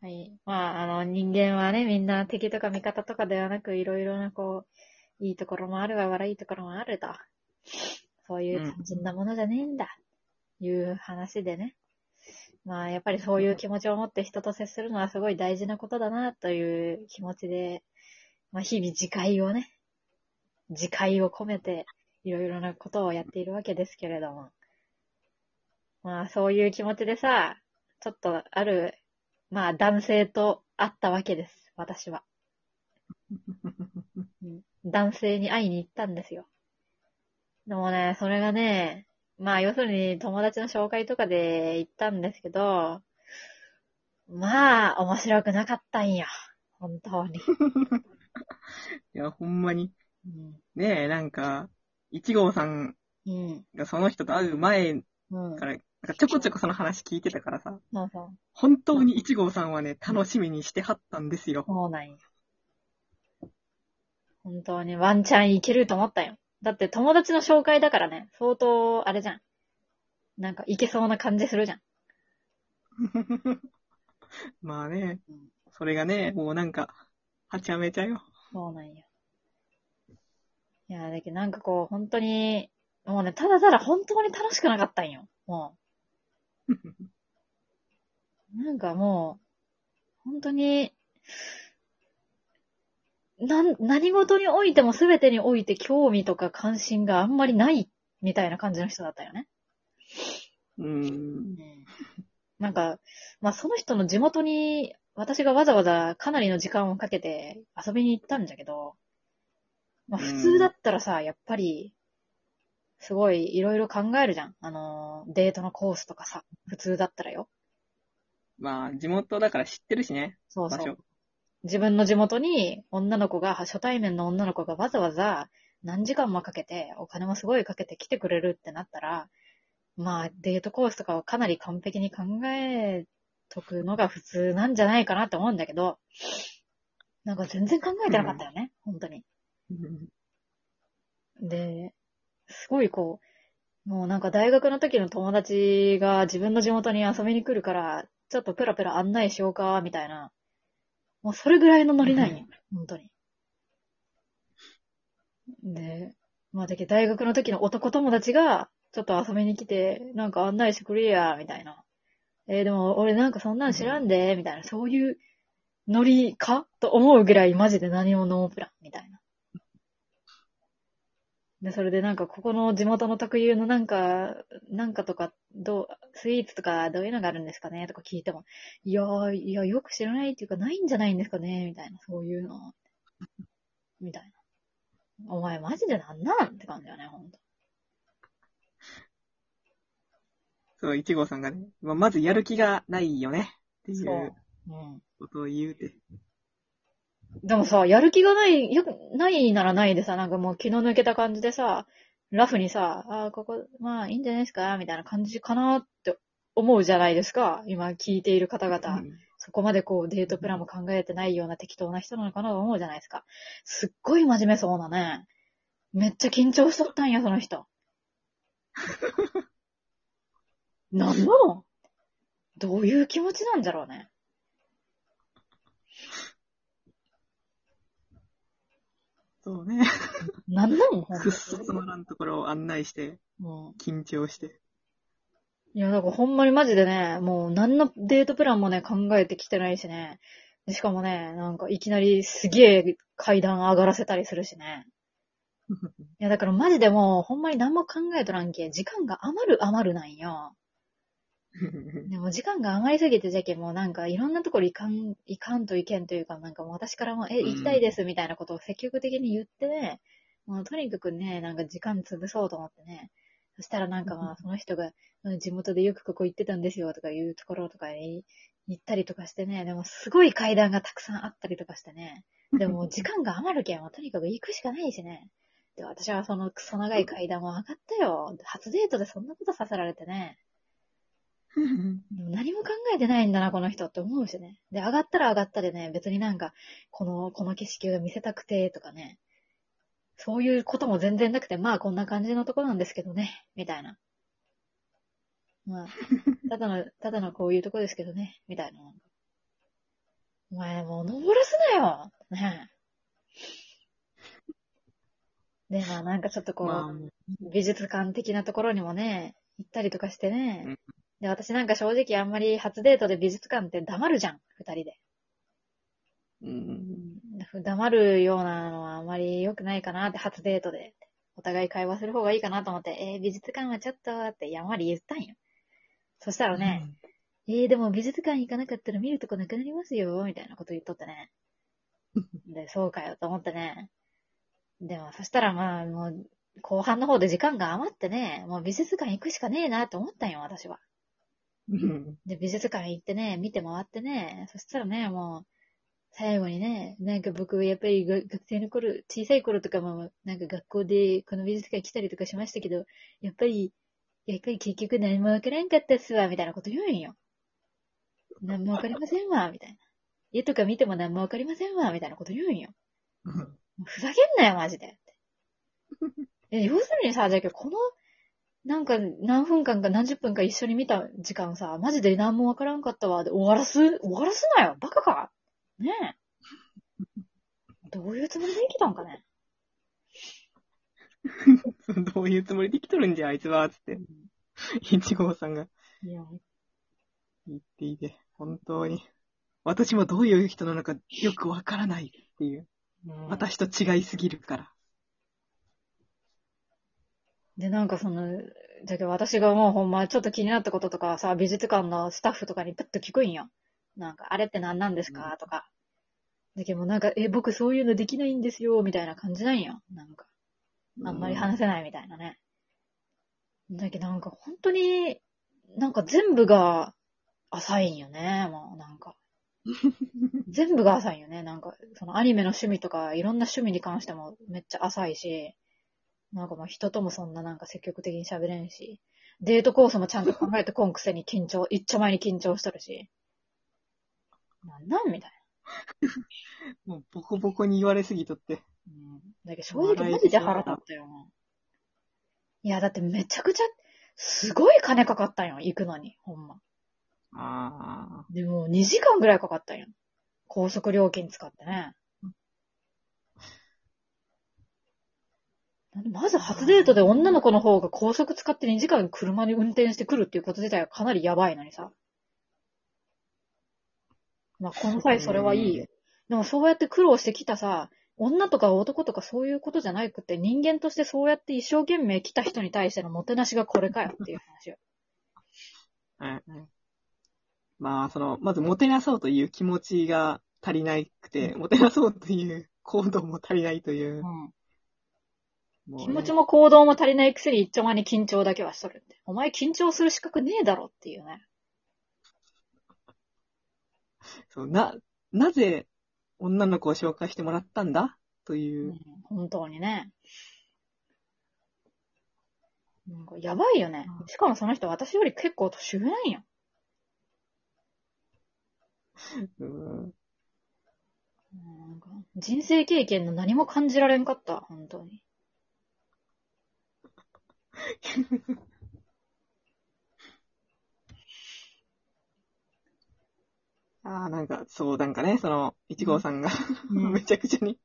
はい。人間はね、みんな敵とか味方とかではなく、いろいろな、いいところもあるわ、悪いところもあると。そういう単純なものじゃねえんだ。いう話でね。やっぱりそういう気持ちを持って人と接するのはすごい大事なことだな、という気持ちで、日々自戒を込めて、いろいろなことをやっているわけですけれども。そういう気持ちでさ、ちょっとある、男性と会ったわけです、私は。男性に会いに行ったんですよ。でもね、それがね、要するに友達の紹介とかで行ったんですけど、面白くなかったんよ。本当に。 いや、ほんまに。 うん。 ねえ、なんか、一号さんうん。 がその人と会う前うん。 から、なんかちょこちょこその話聞いてたからさ、 そうそう。 本当に一号さんはね、楽しみにしてはったんですよ。 そうなんよ。本当にワンチャンいけると思ったよ。だって友達の紹介だからね、相当、あれじゃん。なんかいけそうな感じするじゃん。 まあね、 うん。 それがね、もうなんか、はちゃめちゃよ。 そうなんよ。いや、だけどなんか本当に、もうね、ただただ本当に楽しくなかったんよ。もう、なんかもう、本当に、何事においても全てにおいて興味とか関心があんまりないみたいな感じの人だったよね。 うーん。 なんか、その人の地元に私がわざわざかなりの時間をかけて遊びに行ったんだけど、普通だったらさ、やっぱり、すごいいろいろ考えるじゃん。デートのコースとかさ、普通だったらよ。 まあ、地元だから知ってるしね、 そうそう。 場所。 自分の地元に初対面の女の子がわざわざ何時間もかけて、お金もすごいかけて来てくれるってなったら、デートコースとかをかなり完璧に考えとくのが普通なんじゃないかなって思うんだけど、なんか全然考えてなかったよね、本当に。で、すごいもうなんか大学の時の友達が自分の地元に遊びに来るから、ちょっとプラプラ案内しようか、みたいな。もうそれぐらいのノリなんよ、本当に。で、だけど大学の時の男友達が、ちょっと遊びに来て、なんか案内してくれや、みたいな。でも俺なんかそんなん知らんで、みたいな。そういうノリかと思うぐらいマジで何もノープラン、みたいな。で、それでなんかここの地元の特有のなんかとか、スイーツとかどういうのがあるんですかねとか聞いても、いや、よく知らないっていうかないんじゃないんですかねみたいな。そういうの。みたいな。お前マジでなんなんって感じだよね、ほんと。 そう、一号さんがね、まずやる気がないよね、っていうそう。うん。 ことを言うて。 でもさ、やる気がないならないでさ、なんかもう気の抜けた感じでさ、ラフにさ、ここ、いいんじゃないですかみたいな感じかなって思うじゃないですか。今聞いている方々。そこまでデートプランも考えてないような適当な人なのかなと思うじゃないですか。すっごい真面目そうなね。めっちゃ緊張しとったんや、その人。なんなのどういう気持ちなんだろうね。 そうね。 なんなのほんと。 くっそつまらんところを案内して、 うん。 緊張して。 いや、だからほんまにマジでね、もう何のデートプランもね、考えてきてないしね。しかもね、なんかいきなりすげえ階段上がらせたりするしね。いや、だからマジでもうほんまに何も考えとらんけ、時間が余るなんよ。でも時間が余りすぎてじゃけもうなんかいろんなところいかんといけんというか、なんかもう私からも、行きたいですみたいなことを積極的に言ってね、もうとにかくね、なんか時間潰そうと思ってね。そしたらなんかその人が、地元でよくここ行ってたんですよとかいうところとかに行ったりとかしてね、でもすごい階段がたくさんあったりとかしてね。でも時間が余るけん、もうとにかく行くしかないしね。で、私はそのクソ長い階段を上がったよ。初デートでそんなことさせられてね。何も考えてないんだな、この人って思うしね。で、上がったら上がったでね、別になんか、この景色が見せたくて、とかね。そういうことも全然なくて、こんな感じのとこなんですけどね、みたいな。ただのこういうとこですけどね、みたいな。 お前もう登らすなよねえ。で、まあなんかちょっとこまあ、 う、美術館的なところにもね、行ったりとかしてね。 うん。 で、私なんか正直あんまり初デートで美術館って黙るじゃん、二人で。 うん。 黙るようなのはあんまり良くないかなって、初デートで。お互い会話する方がいいかなと思って、美術館はちょっとってやんわり言ったんよ。そしたらね、でも美術館行かなかったら見るとこなくなりますよ、みたいなこと言っとってね。で、そうかよと思ってね。でも、そしたらまあ、もう、後半の方で時間が余ってね、もう美術館行くしかねえなって思ったんよ、私は。 うん。 で、美術館行ってね、見て回ってね、そしたらね、もう、最後にね、なんか僕、やっぱり学生の頃、小さい頃とかも、なんか学校でこの美術館来たりとかしましたけど、やっぱり結局何もわからんかったっすわ、みたいなこと言うんよ。何もわかりませんわ、みたいな。絵とか見ても何もわかりませんわ、みたいなこと言うんよ。もうふざけんなよ、マジで。要するにさ、じゃあ今日この、なんか何分間か何十分か一緒に見た時間さ、マジで何もわからんかったわ、で終わらすなよ、バカか。ねえ。どういうつもりで生きたんかね。 どういうつもりで来とるんじゃ、あいつは、つって。一号さんがいや、 言っていて、本当に。私もどういう人なのかよくわからないっていう。私と違いすぎるから。 で、なんかだけど私がもうほんまちょっと気になったこととかさ、美術館のスタッフとかにプッと聞くんよ。なんか、あれって何なんですかとか。だけどもうなんか、僕そういうのできないんですよ、みたいな感じなんよ。なんか、あんまり話せないみたいなね。だけどなんか本当に、なんか全部が浅いんよね、もうなんか。全部が浅いよね。なんか、そのアニメの趣味とか、いろんな趣味に関してもめっちゃ浅いし、なんかまあ人ともそんななんか積極的に喋れんし、デートコースもちゃんと考えてこんくせに一丁前に緊張しとるし、なんみたいもうボコボコに言われすぎとって。 な。だけど正直マジで腹立ったよな。いや、だってめちゃくちゃ、すごい金かかったんよ、行くのに、ほんま。 ああ。 でも2時間ぐらいかかったんよ。高速料金使ってね。まず初デートで女の子の方が高速使って2時間車に運転してくるっていうこと自体はかなりやばいのにさ。まあ、この際それはいいよ。でもそうやって苦労してきたさ、女とか男とかそういうことじゃなくて、人間としてそうやって一生懸命来た人に対してのもてなしがこれかよっていう話よ。 まあ、まずもてなそうという気持ちが足りなくて、もてなそうという行動も足りないという。 気持ちも行動も足りないくせに一丁前に緊張だけはしとるって。お前緊張する資格ねえだろっていうね。 そうなぜ女の子を紹介してもらったんだという。 本当にね。なんかやばいよね。しかもその人私より結構年上なんよ。なんか人生経験の何も感じられんかった、本当に。 なんか、そう、なんかね、一号さんがめちゃくちゃに、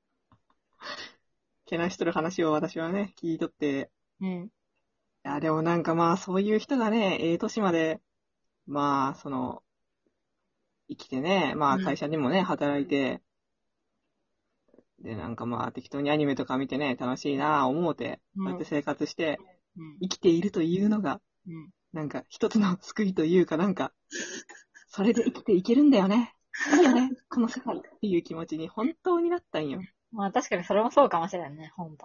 けなしとる話を私はね、聞いとって、でもなんかまあ、そういう人がね、年まで、まあ、生きてね、まあ、会社にもね、働いて、で、なんかまあ、適当にアニメとか見てね、楽しいなぁ思うて、こうやって生活して、生きているというのが、なんか、一つの救いというかなんか、それで生きていけるんだよね。いいよね、この世界っていう気持ちに本当になったんよ。 まあ確かにそれもそうかもしれんね、本当。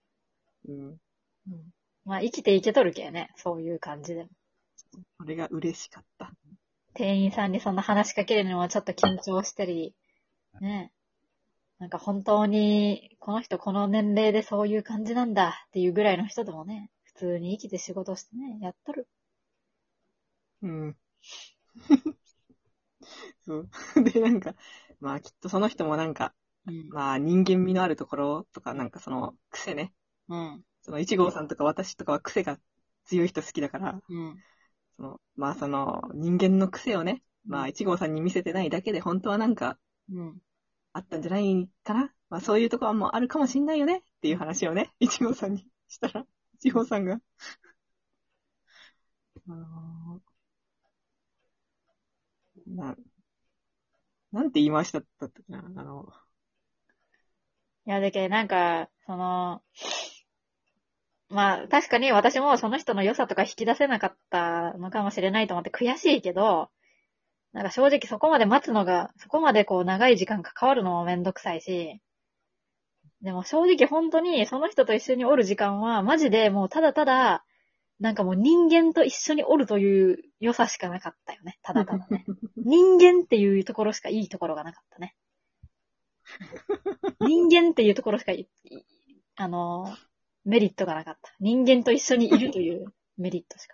まあ生きていけとるけね、そういう感じでも。 それが嬉しかった。 店員さんにそんな話しかけるのもちょっと緊張したり、ね。なんか本当に、この人この年齢でそういう感じなんだっていうぐらいの人でもね、普通に生きて仕事してね、やっとる。 そう。で、なんか、まあきっとその人もなんか、まあ人間味のあるところとか、なんか癖ね。一号さんとか私とかは癖が強い人好きだから、まあ人間の癖をね、 まあ、1号さんに見せてないだけで、本当はなんか、あったんじゃないかな。まあ、そういうところもあるかもしんないよねっていう話をね、1号さんにしたら、1号さんが、なんて言いましただったかな、 いや、だけどなんか、まあ、確かに私もその人の良さとか引き出せなかったのかもしれないと思って悔しいけど、なんか正直そこまで待つのが、そこまでこう長い時間関わるのもめんどくさいし、でも正直本当にその人と一緒におる時間はマジでもうただただ、なんかもう人間と一緒におるという良さしかなかったよね。ただただね。人間っていうところしかいいところがなかったね。人間っていうところしかメリットがなかった。人間と一緒にいるというメリットしか。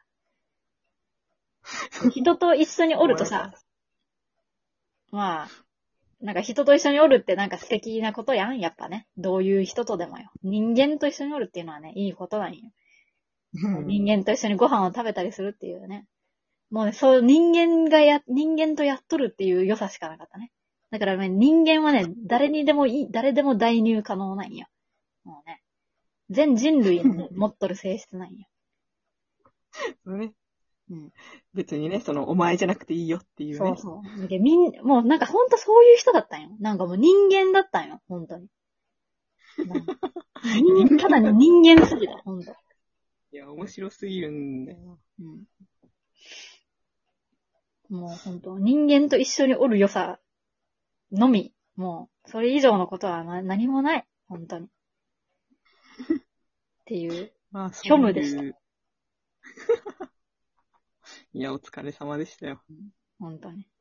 人と一緒におるとさ、まあ、なんか人と一緒におるってなんか素敵なことやん、やっぱね。どういう人とでもよ。人間と一緒におるっていうのはね、いいことなんよ。人間と一緒にご飯を食べたりするっていうね。もうね、そう、人間とやっとるっていう良さしかなかったね。だからね、人間はね、誰にでもいい、誰でも代入可能なんよ。もうね。全人類の持っとる性質なんよ。 そうね。別にね、お前じゃなくていいよっていうね。 そうそう。もうなんかほんとそういう人だったんよ。なんかもう人間だったんよ。ほんとに。ただに人間すぎた、ほんと。 いや、面白すぎるんだよ。 もうほんと、人間と一緒におる良さのみ。もう、それ以上のことは何もない。ほんとに。っていう、 まあ、 虚無でした。 いや、お疲れ様でしたよ。 ほんとに。